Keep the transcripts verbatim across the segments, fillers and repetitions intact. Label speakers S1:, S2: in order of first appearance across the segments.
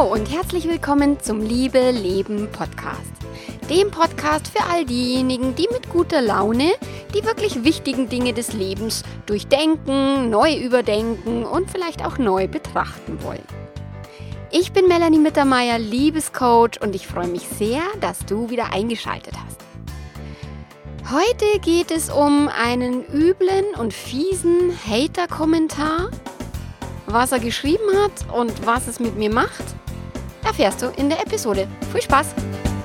S1: Hallo und herzlich willkommen zum Liebe Leben Podcast. Dem Podcast für all diejenigen, die mit guter Laune die wirklich wichtigen Dinge des Lebens durchdenken, neu überdenken und vielleicht auch neu betrachten wollen. Ich bin Melanie Mittermeier, Liebescoach, und ich freue mich sehr, dass du wieder eingeschaltet hast. Heute geht es um einen üblen und fiesen Hater-Kommentar. Was er geschrieben hat und was es mit mir macht, erfährst du in der Episode. Viel Spaß!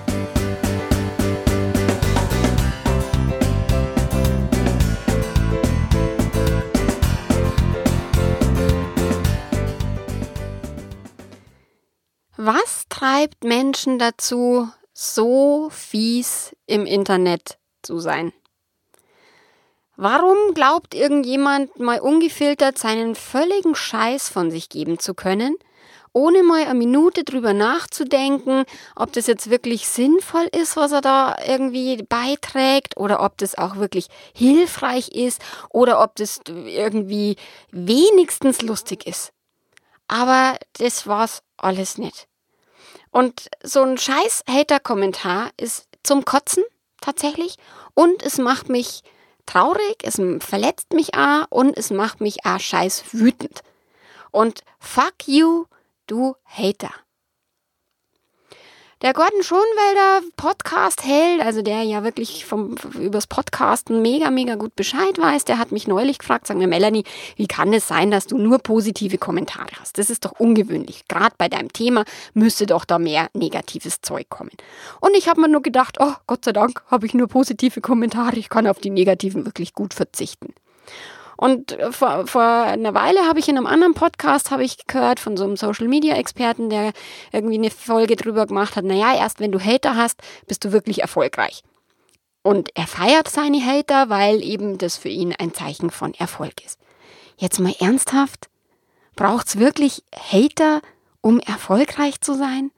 S1: Was treibt Menschen dazu, so fies im Internet zu sein? Warum glaubt irgendjemand mal ungefiltert seinen völligen Scheiß von sich geben zu können, ohne mal eine Minute drüber nachzudenken, ob das jetzt wirklich sinnvoll ist, was er da irgendwie beiträgt, oder ob das auch wirklich hilfreich ist oder ob das irgendwie wenigstens lustig ist? Aber das war's alles nicht. Und so ein scheiß Hater-Kommentar ist zum Kotzen tatsächlich, und es macht mich traurig, es verletzt mich auch und es macht mich auch scheiß wütend. Und fuck you, du Hater. Der Gordon Schönwelder Podcast-Held, also der ja wirklich vom, übers Podcasten mega, mega gut Bescheid weiß, der hat mich neulich gefragt, sag mir, Melanie, wie kann es sein, dass du nur positive Kommentare hast? Das ist doch ungewöhnlich. Gerade bei deinem Thema müsste doch da mehr negatives Zeug kommen. Und ich habe mir nur gedacht, oh, Gott sei Dank habe ich nur positive Kommentare, ich kann auf die negativen wirklich gut verzichten. Und vor, vor einer Weile habe ich in einem anderen Podcast habe ich gehört von so einem Social-Media-Experten, der irgendwie eine Folge drüber gemacht hat, naja, erst wenn du Hater hast, bist du wirklich erfolgreich. Und er feiert seine Hater, weil eben das für ihn ein Zeichen von Erfolg ist. Jetzt mal ernsthaft, braucht's wirklich Hater, um erfolgreich zu sein?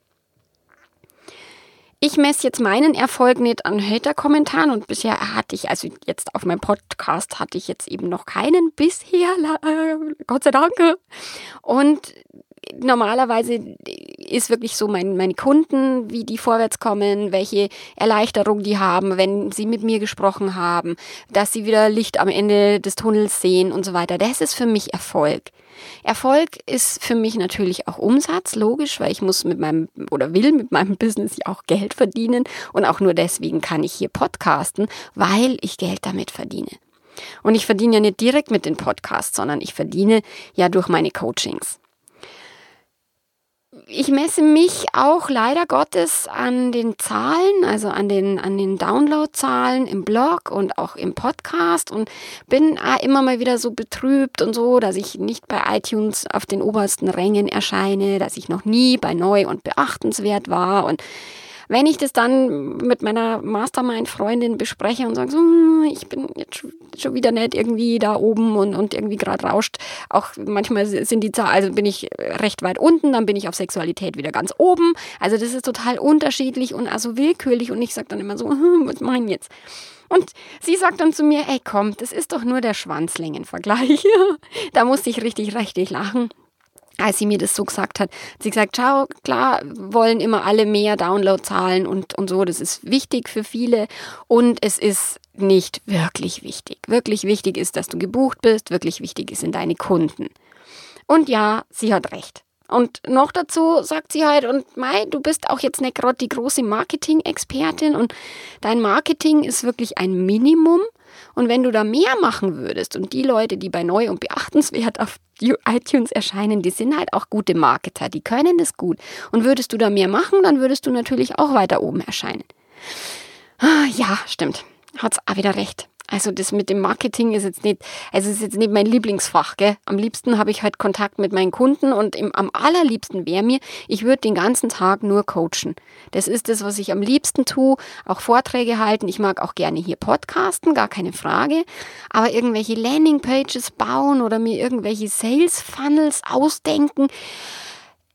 S1: Ich messe jetzt meinen Erfolg nicht an Hater-Kommentaren, und bisher hatte ich, also jetzt auf meinem Podcast hatte ich jetzt eben noch keinen bisher, äh, Gott sei Dank. Und normalerweise ist wirklich so mein, meine Kunden, wie die vorwärts kommen, welche Erleichterung die haben, wenn sie mit mir gesprochen haben, dass sie wieder Licht am Ende des Tunnels sehen und so weiter. Das ist für mich Erfolg. Erfolg ist für mich natürlich auch Umsatz, logisch, weil ich muss mit meinem oder will mit meinem Business ja auch Geld verdienen, und auch nur deswegen kann ich hier podcasten, weil ich Geld damit verdiene. Und ich verdiene ja nicht direkt mit den Podcasts, sondern ich verdiene ja durch meine Coachings. Ich messe mich auch leider Gottes an den Zahlen, also an den, an den Downloadzahlen im Blog und auch im Podcast, und bin auch immer mal wieder so betrübt und so, dass ich nicht bei iTunes auf den obersten Rängen erscheine, dass ich noch nie bei neu und beachtenswert war. Und wenn ich das dann mit meiner Mastermind-Freundin bespreche und sage, so, ich bin jetzt schon wieder nicht irgendwie da oben und, und irgendwie gerade rauscht, auch manchmal sind die Zahlen, also bin ich recht weit unten, dann bin ich auf Sexualität wieder ganz oben. Also das ist total unterschiedlich und also willkürlich, und ich sage dann immer so, hm, was mache ich jetzt? Und sie sagt dann zu mir, ey komm, das ist doch nur der Schwanzlängenvergleich. Da musste ich richtig, richtig lachen. Als sie mir das so gesagt hat, hat sie gesagt, schau, klar wollen immer alle mehr Downloadzahlen und, und so, das ist wichtig für viele, und es ist nicht wirklich wichtig. Wirklich wichtig ist, dass du gebucht bist, wirklich wichtig sind deine Kunden. Und ja, sie hat recht. Und noch dazu sagt sie halt, und Mai, du bist auch jetzt nicht gerade die große Marketing-Expertin, und dein Marketing ist wirklich ein Minimum. Und wenn du da mehr machen würdest, und die Leute, die bei neu und beachtenswert auf iTunes erscheinen, die sind halt auch gute Marketer, die können das gut. Und würdest du da mehr machen, dann würdest du natürlich auch weiter oben erscheinen. Ah, ja, stimmt. Hat's auch wieder recht. Also das mit dem Marketing ist jetzt nicht, also ist jetzt nicht mein Lieblingsfach, gell? Am liebsten habe ich halt Kontakt mit meinen Kunden, und im, am allerliebsten wäre mir, ich würde den ganzen Tag nur coachen. Das ist das, was ich am liebsten tue, auch Vorträge halten. Ich mag auch gerne hier podcasten, gar keine Frage. Aber irgendwelche Landingpages bauen oder mir irgendwelche Sales Funnels ausdenken,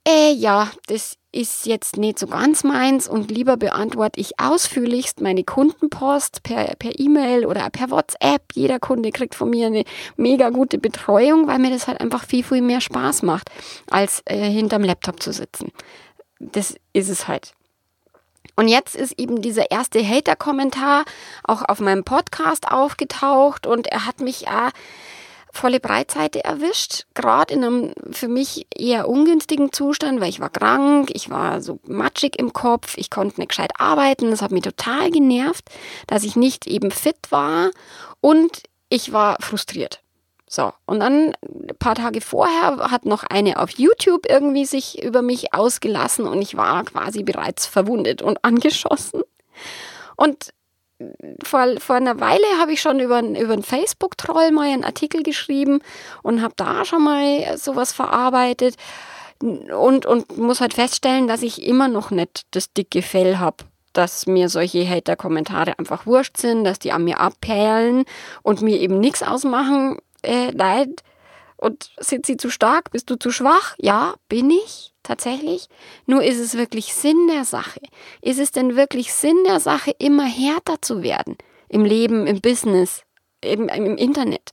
S1: Äh, ja, das ist jetzt nicht so ganz meins und lieber beantworte ich ausführlichst meine Kundenpost per, per E-Mail oder per WhatsApp. Jeder Kunde kriegt von mir eine mega gute Betreuung, weil mir das halt einfach viel, viel mehr Spaß macht, als äh, hinterm Laptop zu sitzen. Das ist es halt. Und jetzt ist eben dieser erste Hater-Kommentar auch auf meinem Podcast aufgetaucht und er hat mich ja volle Breitseite erwischt, gerade in einem für mich eher ungünstigen Zustand, weil ich war krank, ich war so matschig im Kopf, ich konnte nicht gescheit arbeiten, das hat mich total genervt, dass ich nicht eben fit war und ich war frustriert. So, und dann ein paar Tage vorher hat noch eine auf YouTube irgendwie sich über mich ausgelassen und ich war quasi bereits verwundet und angeschossen. Und vor, vor einer Weile habe ich schon über, über einen Facebook-Troll mal einen Artikel geschrieben und habe da schon mal sowas verarbeitet und, und muss halt feststellen, dass ich immer noch nicht das dicke Fell habe, dass mir solche Hater-Kommentare einfach wurscht sind, dass die an mir abperlen und mir eben nichts ausmachen. Äh, leid. Und sind sie zu stark? Bist du zu schwach? Ja, bin ich tatsächlich. Nur ist es wirklich Sinn der Sache? Ist es denn wirklich Sinn der Sache, immer härter zu werden? Im Leben, im Business, im, im Internet?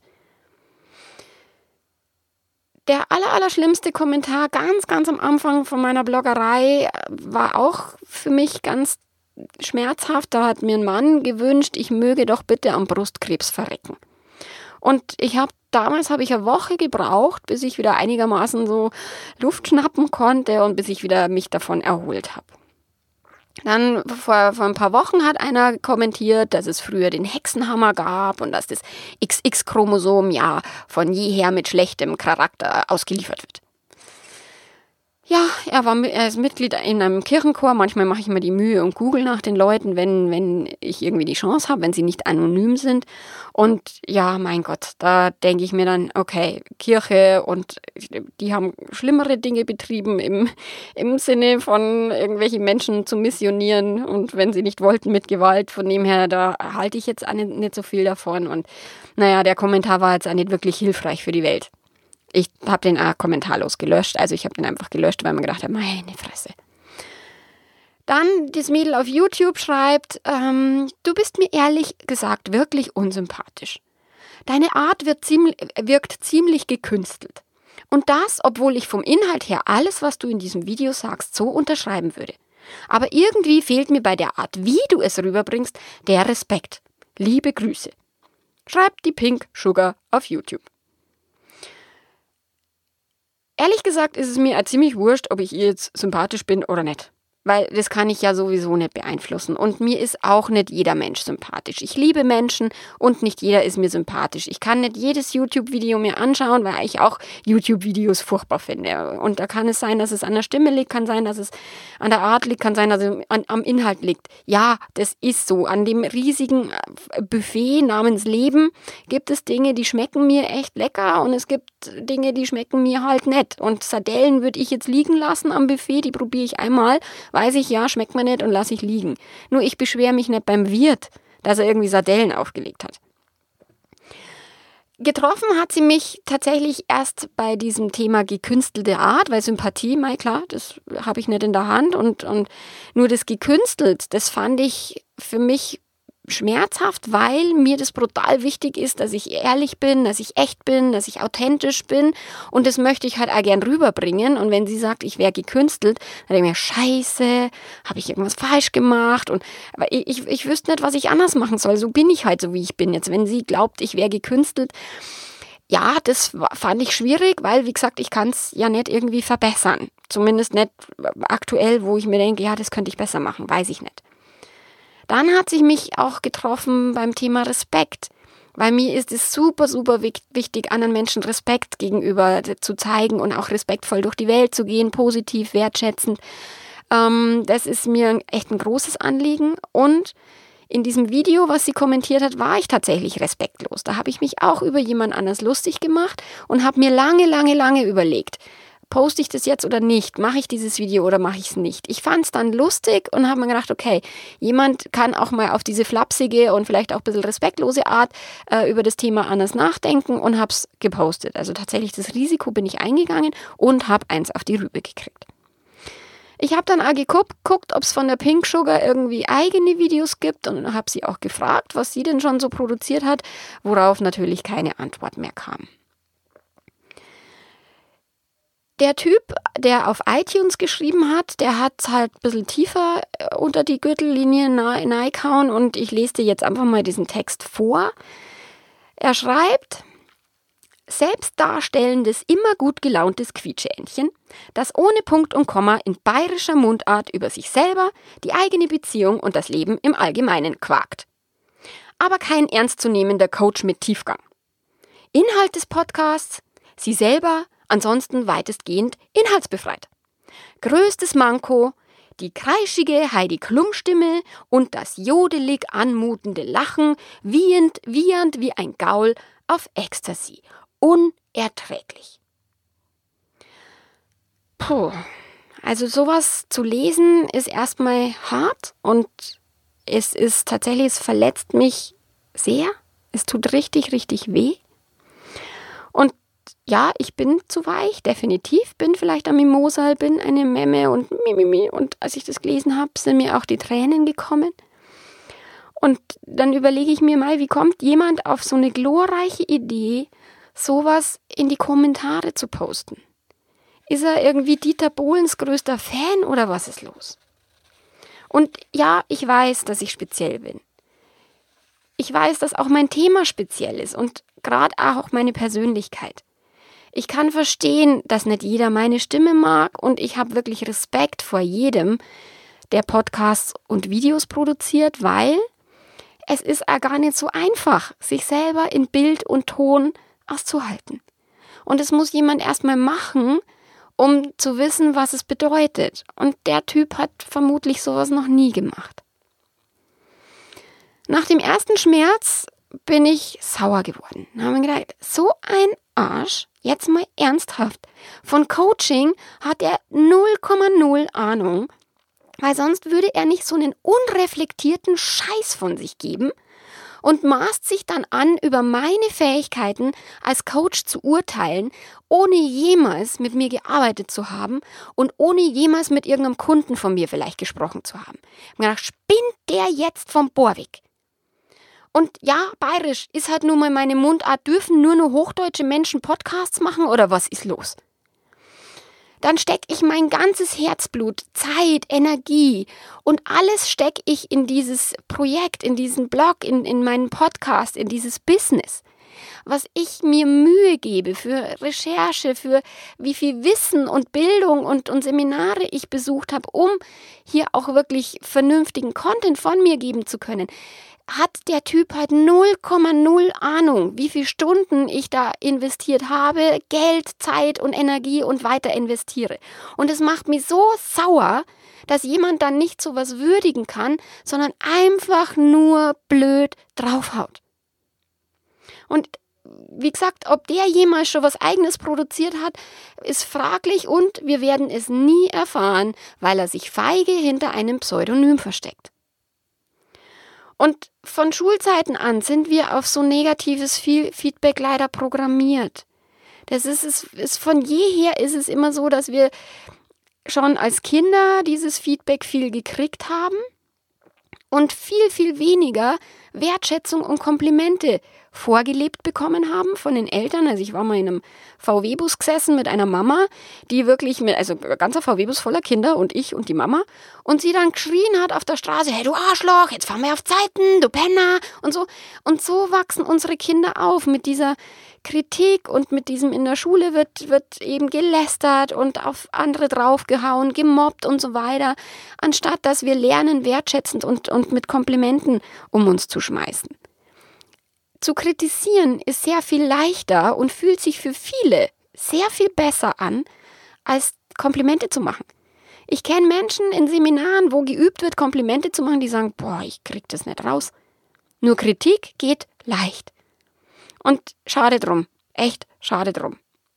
S1: Der aller, aller schlimmste Kommentar ganz, ganz am Anfang von meiner Bloggerei war auch für mich ganz schmerzhaft. Da hat mir ein Mann gewünscht, ich möge doch bitte am Brustkrebs verrecken. Und ich habe damals habe ich eine Woche gebraucht, bis ich wieder einigermaßen so Luft schnappen konnte und bis ich wieder mich davon erholt habe. Dann vor, vor ein paar Wochen hat einer kommentiert, dass es früher den Hexenhammer gab und dass das X X-Chromosom ja von jeher mit schlechtem Charakter ausgeliefert wird. Ja, er war er ist Mitglied in einem Kirchenchor. Manchmal mache ich mir die Mühe und google nach den Leuten, wenn, wenn ich irgendwie die Chance habe, wenn sie nicht anonym sind. Und ja, mein Gott, da denke ich mir dann, okay, Kirche und die haben schlimmere Dinge betrieben im, im Sinne von irgendwelche Menschen zu missionieren und wenn sie nicht wollten mit Gewalt. Von dem her, da halte ich jetzt auch nicht, nicht so viel davon. Und naja, der Kommentar war jetzt auch nicht wirklich hilfreich für die Welt. Ich habe den auch kommentarlos gelöscht, also ich habe den einfach gelöscht, weil man gedacht hat, meine Fresse. Dann das Mädel auf YouTube schreibt, ähm, du bist mir ehrlich gesagt wirklich unsympathisch. Deine Art wird ziemlich, wirkt ziemlich gekünstelt. Und das, obwohl ich vom Inhalt her alles, was du in diesem Video sagst, so unterschreiben würde. Aber irgendwie fehlt mir bei der Art, wie du es rüberbringst, der Respekt. Liebe Grüße. Schreibt die Pink Sugar auf YouTube. Ehrlich gesagt ist es mir ziemlich wurscht, ob ich ihr jetzt sympathisch bin oder nicht. Weil das kann ich ja sowieso nicht beeinflussen. Und mir ist auch nicht jeder Mensch sympathisch. Ich liebe Menschen und nicht jeder ist mir sympathisch. Ich kann nicht jedes YouTube-Video mir anschauen, weil ich auch YouTube-Videos furchtbar finde. Und da kann es sein, dass es an der Stimme liegt, kann sein, dass es an der Art liegt, kann sein, dass es an, am Inhalt liegt. Ja, das ist so. An dem riesigen Buffet namens Leben gibt es Dinge, die schmecken mir echt lecker und es gibt Dinge, die schmecken mir halt nicht. Und Sardellen würde ich jetzt liegen lassen am Buffet, die probiere ich einmal. Weiß ich, ja, schmeckt mir nicht und lasse ich liegen. Nur ich beschwere mich nicht beim Wirt, dass er irgendwie Sardellen aufgelegt hat. Getroffen hat sie mich tatsächlich erst bei diesem Thema gekünstelte Art, weil Sympathie, mal klar, das habe ich nicht in der Hand. Und, und nur das gekünstelt, das fand ich für mich schmerzhaft, weil mir das brutal wichtig ist, dass ich ehrlich bin, dass ich echt bin, dass ich authentisch bin und das möchte ich halt auch gern rüberbringen und wenn sie sagt, ich wäre gekünstelt, dann denke ich mir, scheiße, habe ich irgendwas falsch gemacht und aber ich, ich, ich wüsste nicht, was ich anders machen soll, so bin ich halt so, wie ich bin jetzt, wenn sie glaubt, ich wäre gekünstelt, ja, das fand ich schwierig, weil, wie gesagt, ich kann es ja nicht irgendwie verbessern, zumindest nicht aktuell, wo ich mir denke, ja, das könnte ich besser machen, weiß ich nicht. Dann hat sich mich auch getroffen beim Thema Respekt, weil mir ist es super, super wichtig, anderen Menschen Respekt gegenüber zu zeigen und auch respektvoll durch die Welt zu gehen, positiv, wertschätzend. Ähm, das ist mir echt ein großes Anliegen und in diesem Video, was sie kommentiert hat, war ich tatsächlich respektlos. Da habe ich mich auch über jemand anders lustig gemacht und habe mir lange, lange, lange überlegt, poste ich das jetzt oder nicht? Mache ich dieses Video oder mache ich es nicht? Ich fand es dann lustig und habe mir gedacht, okay, jemand kann auch mal auf diese flapsige und vielleicht auch ein bisschen respektlose Art äh, über das Thema anders nachdenken und habe es gepostet. Also tatsächlich das Risiko bin ich eingegangen und habe eins auf die Rübe gekriegt. Ich habe dann auch geguckt, ob es von der Pink Sugar irgendwie eigene Videos gibt und habe sie auch gefragt, was sie denn schon so produziert hat, worauf natürlich keine Antwort mehr kam. Der Typ, der auf iTunes geschrieben hat, der hat es halt ein bisschen tiefer unter die Gürtellinie reingehauen und ich lese dir jetzt einfach mal diesen Text vor. Er schreibt: Selbstdarstellendes, immer gut gelauntes Quietscheentchen, das ohne Punkt und Komma in bayerischer Mundart über sich selber, die eigene Beziehung und das Leben im Allgemeinen quakt. Aber kein ernstzunehmender Coach mit Tiefgang. Inhalt des Podcasts: Sie selber, ansonsten weitestgehend inhaltsbefreit. Größtes Manko: die kreischige Heidi-Klum-Stimme und das jodelig anmutende Lachen, wiehend, wiehernd wie ein Gaul auf Ecstasy. Unerträglich. Puh, also sowas zu lesen ist erstmal hart und es ist tatsächlich, es verletzt mich sehr. Es tut richtig, richtig weh. Und ja, ich bin zu weich, definitiv, bin vielleicht ein Mimosa, bin eine Memme und Mimimi. Und als ich das gelesen habe, sind mir auch die Tränen gekommen. Und dann überlege ich mir mal, wie kommt jemand auf so eine glorreiche Idee, sowas in die Kommentare zu posten? Ist er irgendwie Dieter Bohlens größter Fan oder was ist los? Und ja, ich weiß, dass ich speziell bin. Ich weiß, dass auch mein Thema speziell ist und gerade auch meine Persönlichkeit. Ich kann verstehen, dass nicht jeder meine Stimme mag und ich habe wirklich Respekt vor jedem, der Podcasts und Videos produziert, weil es ist auch gar nicht so einfach, sich selber in Bild und Ton auszuhalten. Und es muss jemand erstmal machen, um zu wissen, was es bedeutet. Und der Typ hat vermutlich sowas noch nie gemacht. Nach dem ersten Schmerz bin ich sauer geworden. Da haben wir gedacht, so ein Arsch, jetzt mal ernsthaft, von Coaching hat er null Komma null Ahnung, weil sonst würde er nicht so einen unreflektierten Scheiß von sich geben und maßt sich dann an, über meine Fähigkeiten als Coach zu urteilen, ohne jemals mit mir gearbeitet zu haben und ohne jemals mit irgendeinem Kunden von mir vielleicht gesprochen zu haben. Ich habe gedacht, spinnt der jetzt vom Bohrweg? Und ja, bayerisch ist halt nun mal meine Mundart. Dürfen nur nur hochdeutsche Menschen Podcasts machen oder was ist los? Dann stecke ich mein ganzes Herzblut, Zeit, Energie und alles stecke ich in dieses Projekt, in diesen Blog, in, in meinen Podcast, in dieses Business. Was ich mir Mühe gebe für Recherche, für wie viel Wissen und Bildung und, und Seminare ich besucht habe, um hier auch wirklich vernünftigen Content von mir geben zu können, hat der Typ halt null Komma null Ahnung, wie viele Stunden ich da investiert habe, Geld, Zeit und Energie und weiter investiere. Und es macht mich so sauer, dass jemand dann nicht so was würdigen kann, sondern einfach nur blöd draufhaut. Und wie gesagt, ob der jemals schon was Eigenes produziert hat, ist fraglich und wir werden es nie erfahren, weil er sich feige hinter einem Pseudonym versteckt. Und von Schulzeiten an sind wir auf so negatives Feedback leider programmiert. Das ist, ist, ist von jeher ist es immer so, dass wir schon als Kinder dieses Feedback viel gekriegt haben und viel, viel weniger Wertschätzung und Komplimente vorgelebt bekommen haben von den Eltern. Also ich war mal in einem V W-Bus gesessen mit einer Mama, die wirklich, mit, also ein ganzer V W-Bus voller Kinder und ich und die Mama, und sie dann geschrien hat auf der Straße, hey du Arschloch, jetzt fahren wir auf Zeiten, du Penner und so. Und so wachsen unsere Kinder auf mit dieser Kritik und mit diesem, in der Schule wird, wird eben gelästert und auf andere draufgehauen, gemobbt und so weiter, anstatt dass wir lernen, wertschätzend und, und mit Komplimenten um uns zu schmeißen. Zu kritisieren ist sehr viel leichter und fühlt sich für viele sehr viel besser an, als Komplimente zu machen. Ich kenne Menschen in Seminaren, wo geübt wird, Komplimente zu machen, die sagen, boah, ich krieg das nicht raus. Nur Kritik geht leicht. Und schade drum, echt schade drum.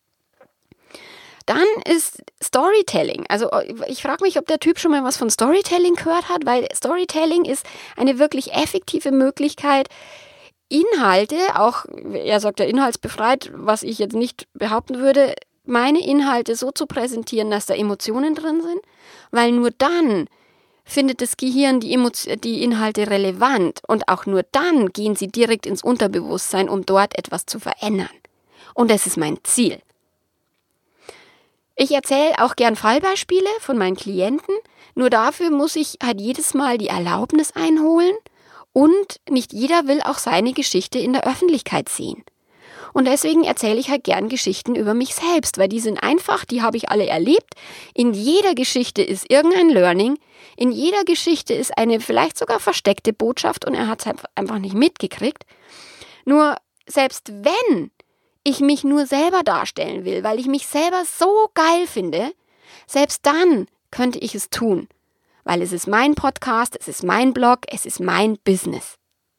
S1: Dann ist Storytelling. Also ich frage mich, ob der Typ schon mal was von Storytelling gehört hat, weil Storytelling ist eine wirklich effektive Möglichkeit, Inhalte, auch, er sagt ja inhaltsbefreit, was ich jetzt nicht behaupten würde, meine Inhalte so zu präsentieren, dass da Emotionen drin sind, weil nur dann findet das Gehirn die, Emotio- die Inhalte relevant und auch nur dann gehen sie direkt ins Unterbewusstsein, um dort etwas zu verändern. Und das ist mein Ziel. Ich erzähle auch gern Fallbeispiele von meinen Klienten, nur dafür muss ich halt jedes Mal die Erlaubnis einholen und nicht jeder will auch seine Geschichte in der Öffentlichkeit sehen. Und deswegen erzähle ich halt gern Geschichten über mich selbst, weil die sind einfach, die habe ich alle erlebt. In jeder Geschichte ist irgendein Learning, in jeder Geschichte ist eine vielleicht sogar versteckte Botschaft und er hat es einfach nicht mitgekriegt. Nur selbst wenn ich mich nur selber darstellen will, weil ich mich selber so geil finde, selbst dann könnte ich es tun, weil es ist mein Podcast, es ist mein Blog, es ist mein Business.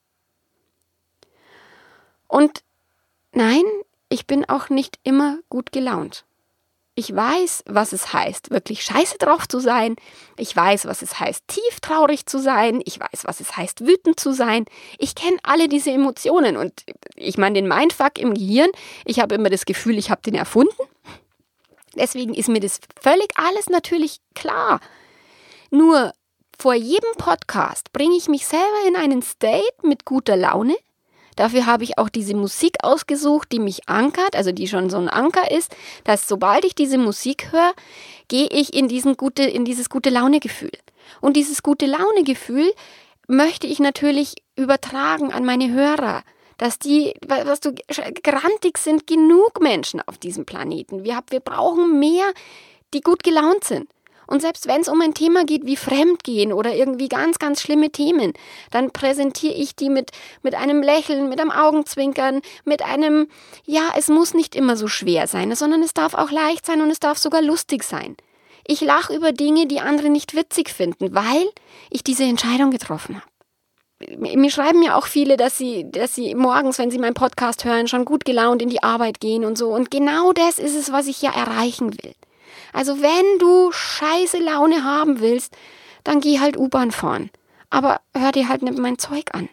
S1: Und nein, ich bin auch nicht immer gut gelaunt. Ich weiß, was es heißt, wirklich scheiße drauf zu sein. Ich weiß, was es heißt, tief traurig zu sein. Ich weiß, was es heißt, wütend zu sein. Ich kenne alle diese Emotionen und ich meine den Mindfuck im Gehirn. Ich habe immer das Gefühl, ich habe den erfunden. Deswegen ist mir das völlig alles natürlich klar. Nur vor jedem Podcast bringe ich mich selber in einen State mit guter Laune. Dafür habe ich auch diese Musik ausgesucht, die mich ankert, also die schon so ein Anker ist, dass sobald ich diese Musik höre, gehe ich in, diesen gute, in dieses gute Laune-Gefühl. Und dieses gute Laune-Gefühl möchte ich natürlich übertragen an meine Hörer, dass die, was du, grantig sind genug Menschen auf diesem Planeten. Wir, wir brauchen mehr, die gut gelaunt sind. Und selbst wenn es um ein Thema geht wie Fremdgehen oder irgendwie ganz, ganz schlimme Themen, dann präsentiere ich die mit, mit einem Lächeln, mit einem Augenzwinkern, mit einem, ja, es muss nicht immer so schwer sein, sondern es darf auch leicht sein und es darf sogar lustig sein. Ich lache über Dinge, die andere nicht witzig finden, weil ich diese Entscheidung getroffen habe. Mir schreiben ja auch viele, dass sie, dass sie morgens, wenn sie meinen Podcast hören, schon gut gelaunt in die Arbeit gehen und so. Und genau das ist es, was ich ja erreichen will. Also wenn du scheiße Laune haben willst, dann geh halt U-Bahn fahren. Aber hör dir halt nicht mein Zeug an.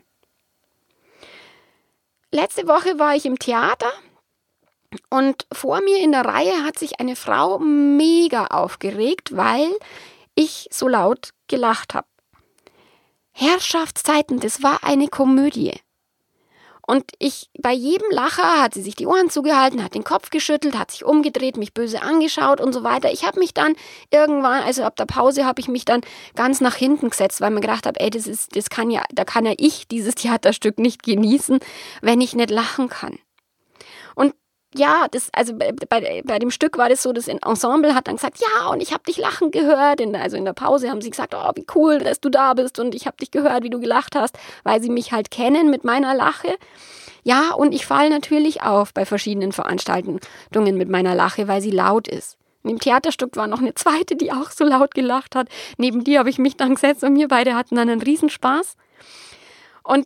S1: Letzte Woche war ich im Theater und vor mir in der Reihe hat sich eine Frau mega aufgeregt, weil ich so laut gelacht habe. Herrschaftszeiten, das war eine Komödie. Und ich, bei jedem Lacher hat sie sich die Ohren zugehalten, hat den Kopf geschüttelt, hat sich umgedreht, mich böse angeschaut und so weiter. Ich habe mich dann irgendwann, also ab der Pause, habe ich mich dann ganz nach hinten gesetzt, weil mir gedacht habe, ey, das ist, das kann ja, da kann ja ich dieses Theaterstück nicht genießen, wenn ich nicht lachen kann. Und ja, das, also bei, bei, bei dem Stück war das so, das Ensemble hat dann gesagt, ja, und ich habe dich lachen gehört. In der, also in der Pause haben sie gesagt, oh, wie cool, dass du da bist und ich habe dich gehört, wie du gelacht hast, weil sie mich halt kennen mit meiner Lache. Ja, und ich falle natürlich auf bei verschiedenen Veranstaltungen mit meiner Lache, weil sie laut ist. In dem Theaterstück war noch eine zweite, die auch so laut gelacht hat. Neben die habe ich mich dann gesetzt und wir beide hatten dann einen Riesenspaß. Und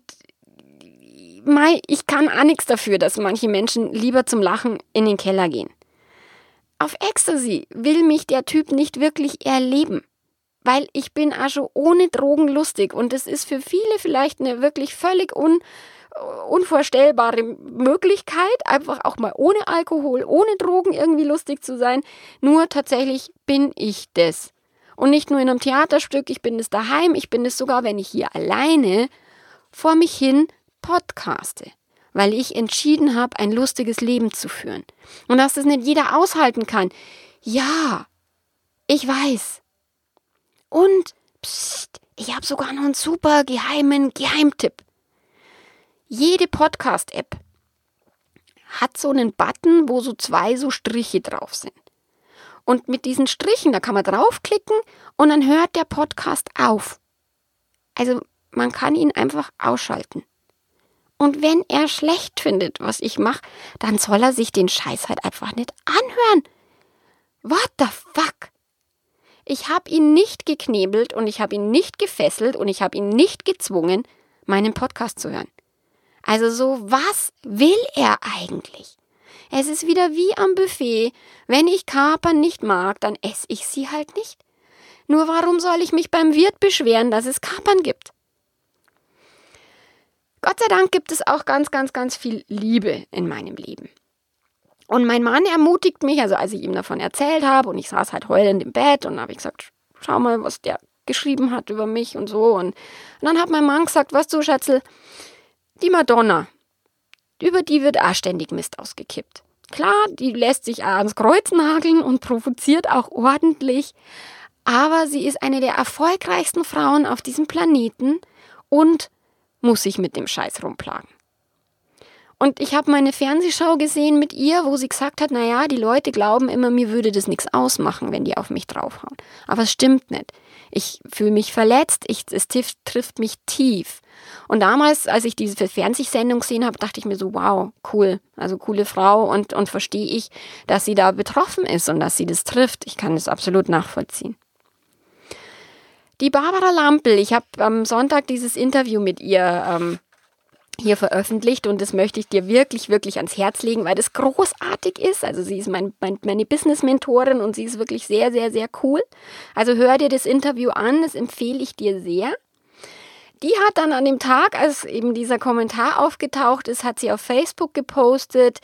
S1: ich kann auch nichts dafür, dass manche Menschen lieber zum Lachen in den Keller gehen. Auf Ecstasy will mich der Typ nicht wirklich erleben, weil ich bin auch schon ohne Drogen lustig und es ist für viele vielleicht eine wirklich völlig un, unvorstellbare Möglichkeit, einfach auch mal ohne Alkohol, ohne Drogen irgendwie lustig zu sein. Nur tatsächlich bin ich das. Und nicht nur in einem Theaterstück, ich bin es daheim, ich bin es sogar, wenn ich hier alleine vor mich hin podcaste, weil ich entschieden habe, ein lustiges Leben zu führen. Und dass das nicht jeder aushalten kann. Ja, ich weiß. Und, pst, ich habe sogar noch einen super geheimen Geheimtipp. Jede Podcast-App hat so einen Button, wo so zwei so Striche drauf sind. Und mit diesen Strichen, da kann man draufklicken und dann hört der Podcast auf. Also man kann ihn einfach ausschalten. Und wenn er schlecht findet, was ich mache, dann soll er sich den Scheiß halt einfach nicht anhören. What the fuck? Ich habe ihn nicht geknebelt und ich habe ihn nicht gefesselt und ich habe ihn nicht gezwungen, meinen Podcast zu hören. Also so, was will er eigentlich? Es ist wieder wie am Buffet. Wenn ich Kapern nicht mag, dann esse ich sie halt nicht. Nur warum soll ich mich beim Wirt beschweren, dass es Kapern gibt? Gott sei Dank gibt es auch ganz, ganz, ganz viel Liebe in meinem Leben. Und mein Mann ermutigt mich, also als ich ihm davon erzählt habe und ich saß halt heulend im Bett und habe ich gesagt, schau mal, was der geschrieben hat über mich und so. Und, und dann hat mein Mann gesagt, weißt du, Schätzl, die Madonna, über die wird auch ständig Mist ausgekippt. Klar, die lässt sich auch ans Kreuz nageln und provoziert auch ordentlich, aber sie ist eine der erfolgreichsten Frauen auf diesem Planeten und muss sich mit dem Scheiß rumplagen. Und ich habe meine Fernsehschau gesehen mit ihr, wo sie gesagt hat, naja, die Leute glauben immer, mir würde das nichts ausmachen, wenn die auf mich draufhauen. Aber es stimmt nicht. Ich fühle mich verletzt, ich, es trifft, trifft mich tief. Und damals, als ich diese Fernsehsendung gesehen habe, dachte ich mir so, wow, cool, also coole Frau und, und verstehe ich, dass sie da betroffen ist und dass sie das trifft. Ich kann das absolut nachvollziehen. Die Barbara Lampl, ich habe am Sonntag dieses Interview mit ihr ähm, hier veröffentlicht und das möchte ich dir wirklich, wirklich ans Herz legen, weil das großartig ist. Also sie ist mein, mein, meine Business-Mentorin und sie ist wirklich sehr, sehr, sehr cool. Also hör dir das Interview an, das empfehle ich dir sehr. Die hat dann an dem Tag, als eben dieser Kommentar aufgetaucht ist, hat sie auf Facebook gepostet,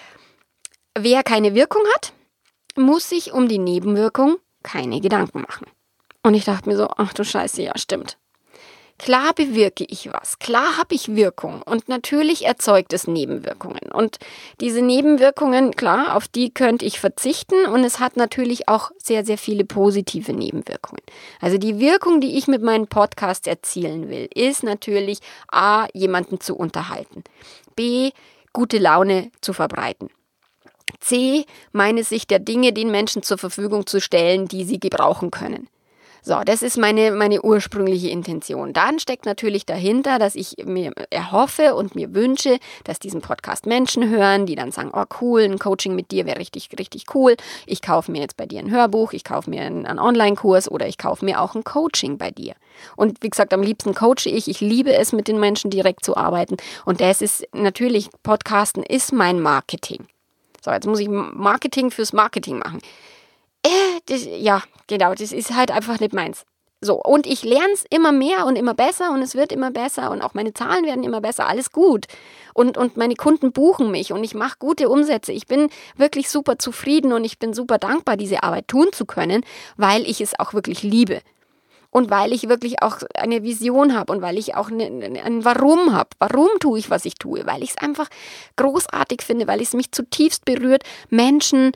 S1: wer keine Wirkung hat, muss sich um die Nebenwirkung keine Gedanken machen. Und ich dachte mir so, ach du Scheiße, ja stimmt. Klar bewirke ich was, klar habe ich Wirkung und natürlich erzeugt es Nebenwirkungen. Und diese Nebenwirkungen, klar, auf die könnte ich verzichten und es hat natürlich auch sehr, sehr viele positive Nebenwirkungen. Also die Wirkung, die ich mit meinen Podcasts erzielen will, ist natürlich A, jemanden zu unterhalten, B, gute Laune zu verbreiten, C, meine Sicht der Dinge den Menschen zur Verfügung zu stellen, die sie gebrauchen können. So, das ist meine, meine ursprüngliche Intention. Dann steckt natürlich dahinter, dass ich mir erhoffe und mir wünsche, dass diesen Podcast Menschen hören, die dann sagen, oh cool, ein Coaching mit dir wäre richtig, richtig cool. Ich kaufe mir jetzt bei dir ein Hörbuch, ich kaufe mir einen, einen Online-Kurs oder ich kaufe mir auch ein Coaching bei dir. Und wie gesagt, am liebsten coache ich. Ich liebe es, mit den Menschen direkt zu arbeiten. Und das ist natürlich, Podcasten ist mein Marketing. So, jetzt muss ich Marketing fürs Marketing machen. Äh, das, ja, genau, das ist halt einfach nicht meins. So, und ich lerne es immer mehr und immer besser und es wird immer besser und auch meine Zahlen werden immer besser, alles gut. Und, und meine Kunden buchen mich und ich mache gute Umsätze. Ich bin wirklich super zufrieden und ich bin super dankbar, diese Arbeit tun zu können, weil ich es auch wirklich liebe. Und weil ich wirklich auch eine Vision habe und weil ich auch ein Warum habe. Warum tue ich, was ich tue? Weil ich es einfach großartig finde, weil es mich zutiefst berührt, Menschen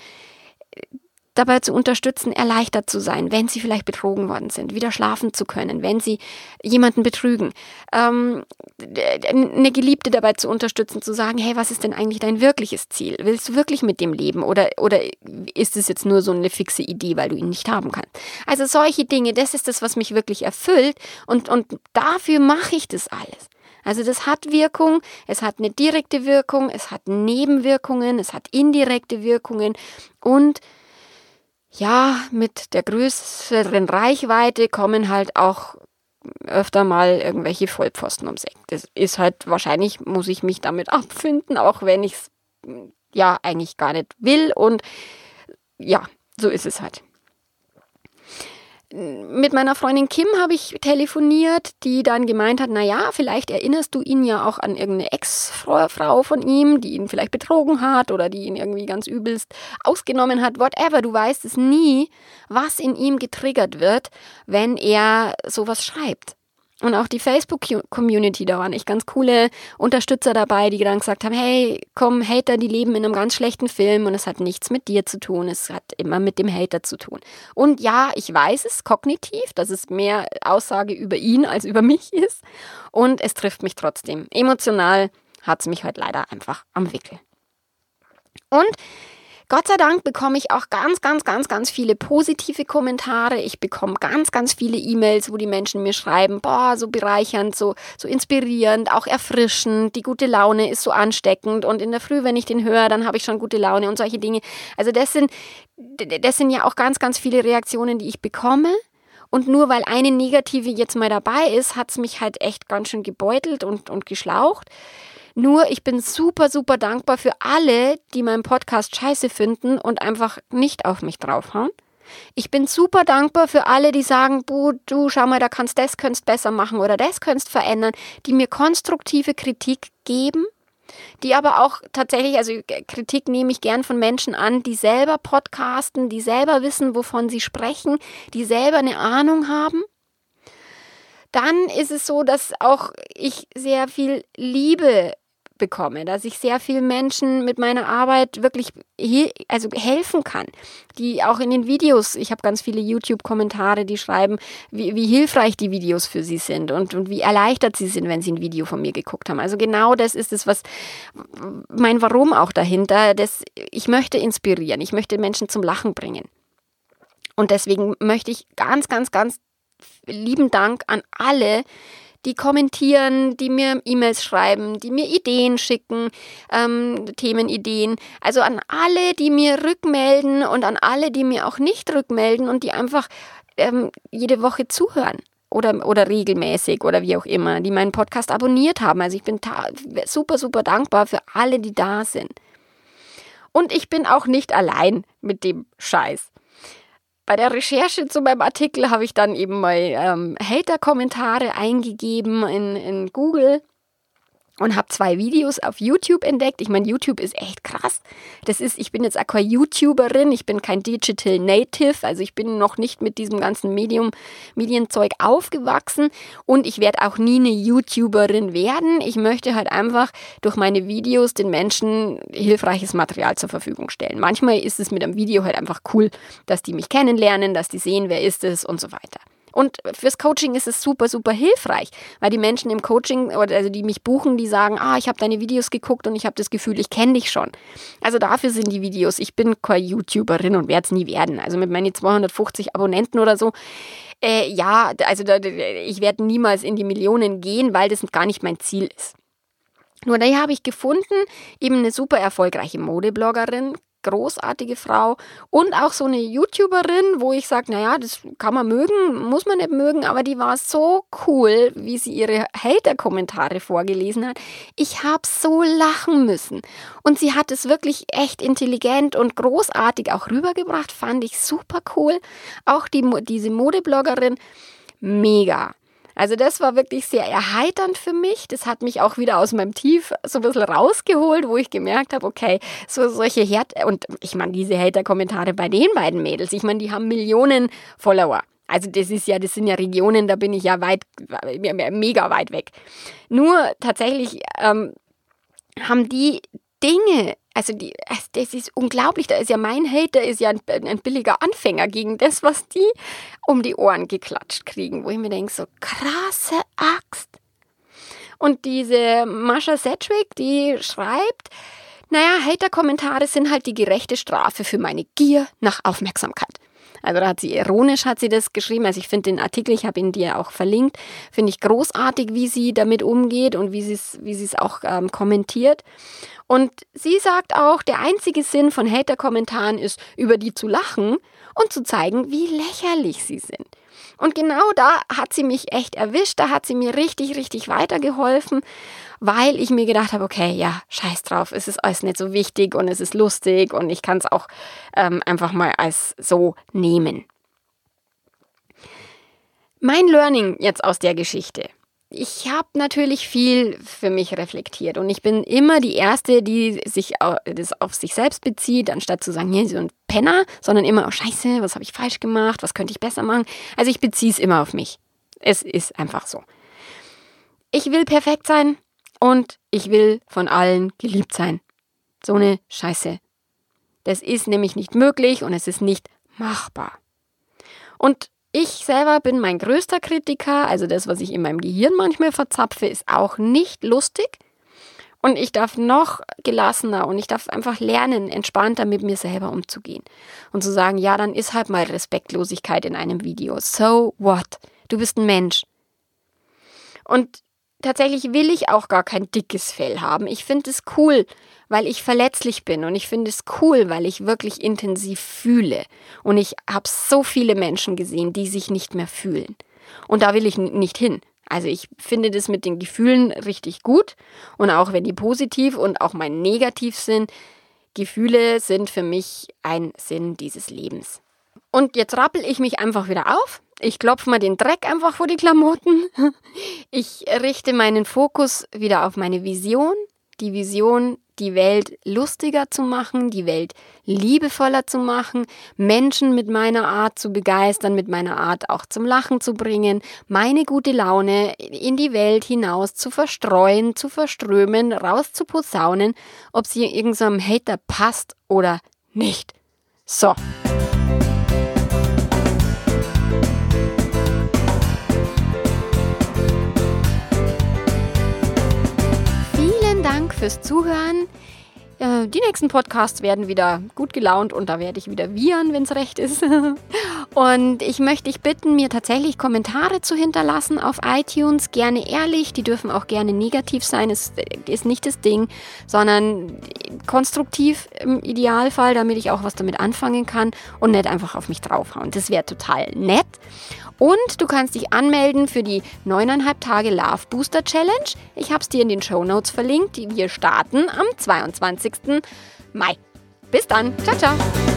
S1: dabei zu unterstützen, erleichtert zu sein, wenn sie vielleicht betrogen worden sind, wieder schlafen zu können, wenn sie jemanden betrügen. Ähm, eine Geliebte dabei zu unterstützen, zu sagen, hey, was ist denn eigentlich dein wirkliches Ziel? Willst du wirklich mit dem leben oder, oder ist es jetzt nur so eine fixe Idee, weil du ihn nicht haben kannst? Also solche Dinge, das ist das, was mich wirklich erfüllt und, und dafür mache ich das alles. Also das hat Wirkung, es hat eine direkte Wirkung, es hat Nebenwirkungen, es hat indirekte Wirkungen und ja, mit der größeren Reichweite kommen halt auch öfter mal irgendwelche Vollpfosten ums Eck. Das ist halt, wahrscheinlich muss ich mich damit abfinden, auch wenn ich es ja eigentlich gar nicht will und ja, so ist es halt. Mit meiner Freundin Kim habe ich telefoniert, die dann gemeint hat, naja, vielleicht erinnerst du ihn ja auch an irgendeine Ex-Frau von ihm, die ihn vielleicht betrogen hat oder die ihn irgendwie ganz übelst ausgenommen hat, whatever. Du weißt es nie, was in ihm getriggert wird, wenn er sowas schreibt. Und auch die Facebook-Community, da waren echt ganz coole Unterstützer dabei, die dann gesagt haben, hey, komm, Hater, die leben in einem ganz schlechten Film und es hat nichts mit dir zu tun, es hat immer mit dem Hater zu tun. Und ja, ich weiß es kognitiv, dass es mehr Aussage über ihn als über mich ist und es trifft mich trotzdem. Emotional hat es mich heute leider einfach am Wickel. Und Gott sei Dank bekomme ich auch ganz, ganz, ganz, ganz viele positive Kommentare. Ich bekomme ganz, ganz viele E-Mails, wo die Menschen mir schreiben, boah, so bereichernd, so, so inspirierend, auch erfrischend, die gute Laune ist so ansteckend und in der Früh, wenn ich den höre, dann habe ich schon gute Laune und solche Dinge. Also das sind, das sind ja auch ganz, ganz viele Reaktionen, die ich bekomme. Und nur weil eine negative jetzt mal dabei ist, hat es mich halt echt ganz schön gebeutelt und, und geschlaucht. Nur ich bin super, super dankbar für alle, die meinen Podcast scheiße finden und einfach nicht auf mich draufhauen. Ich bin super dankbar für alle, die sagen, du, schau mal, da kannst das, könntest besser machen oder das könntest verändern, die mir konstruktive Kritik geben. die aber auch tatsächlich, also Kritik nehme ich gern von Menschen an, die selber podcasten, die selber wissen, wovon sie sprechen, die selber eine Ahnung haben. Dann ist es so, dass auch ich sehr viel Liebe bekomme, dass ich sehr vielen Menschen mit meiner Arbeit wirklich he- also helfen kann, die auch in den Videos, ich habe ganz viele YouTube-Kommentare, die schreiben, wie, wie hilfreich die Videos für sie sind und, und wie erleichtert sie sind, wenn sie ein Video von mir geguckt haben. Also genau das ist es, was mein Warum auch dahinter, das, ich möchte inspirieren, ich möchte Menschen zum Lachen bringen. Und deswegen möchte ich ganz, ganz, ganz lieben Dank an alle, die kommentieren, die mir E-Mails schreiben, die mir Ideen schicken, ähm, Themenideen. Also an alle, die mir rückmelden und an alle, die mir auch nicht rückmelden und die einfach ähm, jede Woche zuhören oder, oder regelmäßig oder wie auch immer, die meinen Podcast abonniert haben. Also ich bin ta- super, super dankbar für alle, die da sind. Und ich bin auch nicht allein mit dem Scheiß. Bei der Recherche zu meinem Artikel habe ich dann eben mal ähm, Hater-Kommentare eingegeben in, in Google und habe zwei Videos auf YouTube entdeckt. Ich meine, YouTube ist echt krass. Das ist, ich bin jetzt auch keine YouTuberin, ich bin kein Digital Native, also ich bin noch nicht mit diesem ganzen Medium, Medienzeug aufgewachsen und ich werde auch nie eine YouTuberin werden. Ich möchte halt einfach durch meine Videos den Menschen hilfreiches Material zur Verfügung stellen. Manchmal ist es mit einem Video halt einfach cool, dass die mich kennenlernen, dass die sehen, wer ist es und so weiter. Und fürs Coaching ist es super, super hilfreich, weil die Menschen im Coaching, oder also die mich buchen, die sagen, ah, ich habe deine Videos geguckt und ich habe das Gefühl, ich kenne dich schon. Also dafür sind die Videos. Ich bin keine YouTuberin und werde es nie werden. Also mit meinen zweihundertfünfzig Abonnenten oder so, äh, ja, also da, ich werde niemals in die Millionen gehen, weil das gar nicht mein Ziel ist. Nur da habe ich gefunden, eben eine super erfolgreiche Modebloggerin, großartige Frau und auch so eine YouTuberin, wo ich sage, naja, das kann man mögen, muss man nicht mögen, aber die war so cool, wie sie ihre Hater-Kommentare vorgelesen hat. Ich habe so lachen müssen. Und sie hat es wirklich echt intelligent und großartig auch rübergebracht, fand ich super cool. Auch die, diese Modebloggerin, mega. Also das war wirklich sehr erheiternd für mich. Das hat mich auch wieder aus meinem Tief so ein bisschen rausgeholt, wo ich gemerkt habe, okay, so solche Herd... Und ich meine, diese Hater-Kommentare bei den beiden Mädels, ich meine, die haben Millionen Follower. Also das ist ja, das sind ja Regionen, da bin ich ja weit, mega weit weg. Nur tatsächlich ähm, haben die Dinge... Also die, das ist unglaublich, da ist ja mein Hater, ist ja ein, ein billiger Anfänger gegen das, was die um die Ohren geklatscht kriegen, wo ich mir denke, so krasse Axt. Und diese Mascha Sedgwick, die schreibt, naja, Hater-Kommentare sind halt die gerechte Strafe für meine Gier nach Aufmerksamkeit. Also da hat sie ironisch, hat sie das geschrieben. Also ich finde den Artikel, ich habe ihn dir auch verlinkt, finde ich großartig, wie sie damit umgeht und wie sie es wie sie es auch ähm, kommentiert. Und sie sagt auch, der einzige Sinn von Hater-Kommentaren ist, über die zu lachen und zu zeigen, wie lächerlich sie sind. Und genau da hat sie mich echt erwischt, da hat sie mir richtig, richtig weitergeholfen, weil ich mir gedacht habe, okay, ja, scheiß drauf, es ist alles nicht so wichtig und es ist lustig und ich kann es auch ähm, einfach mal als so nehmen. Mein Learning jetzt aus der Geschichte. Ich habe natürlich viel für mich reflektiert und ich bin immer die Erste, die sich auf, das auf sich selbst bezieht, anstatt zu sagen, hier so ein Penner, sondern immer, oh Scheiße, was habe ich falsch gemacht, was könnte ich besser machen. Also ich beziehe es immer auf mich. Es ist einfach so. Ich will perfekt sein und ich will von allen geliebt sein. So eine Scheiße. Das ist nämlich nicht möglich und es ist nicht machbar. Und ich selber bin mein größter Kritiker, also das, was ich in meinem Gehirn manchmal verzapfe, ist auch nicht lustig. Und ich darf noch gelassener und ich darf einfach lernen, entspannter mit mir selber umzugehen. Und zu sagen, ja, dann ist halt mal Respektlosigkeit in einem Video. So what? Du bist ein Mensch. Und tatsächlich will ich auch gar kein dickes Fell haben. Ich finde es cool, weil ich verletzlich bin und ich finde es cool, weil ich wirklich intensiv fühle. Und ich habe so viele Menschen gesehen, die sich nicht mehr fühlen. Und da will ich n- nicht hin. Also ich finde das mit den Gefühlen richtig gut und auch wenn die positiv und auch mal negativ sind, Gefühle sind für mich ein Sinn dieses Lebens. Und jetzt rappel ich mich einfach wieder auf. Ich klopfe mal den Dreck einfach vor die Klamotten. Ich richte meinen Fokus wieder auf meine Vision, die Vision, die Welt lustiger zu machen, die Welt liebevoller zu machen, Menschen mit meiner Art zu begeistern, mit meiner Art auch zum Lachen zu bringen, meine gute Laune in die Welt hinaus zu verstreuen, zu verströmen, raus zu posaunen, ob sie irgendeinem Hater passt oder nicht. So. Dank fürs Zuhören. Äh, die nächsten Podcasts werden wieder gut gelaunt und da werde ich wieder wiehern, wenn es recht ist. Und ich möchte dich bitten, mir tatsächlich Kommentare zu hinterlassen auf iTunes. Gerne ehrlich, die dürfen auch gerne negativ sein. Es ist nicht das Ding, sondern konstruktiv im Idealfall, damit ich auch was damit anfangen kann und nicht einfach auf mich draufhauen. Das wäre total nett. Und du kannst dich anmelden für die neuneinhalb Tage Love Booster Challenge. Ich habe es dir in den Shownotes verlinkt. Wir starten am zweiundzwanzigsten Mai. Bis dann. Ciao, ciao.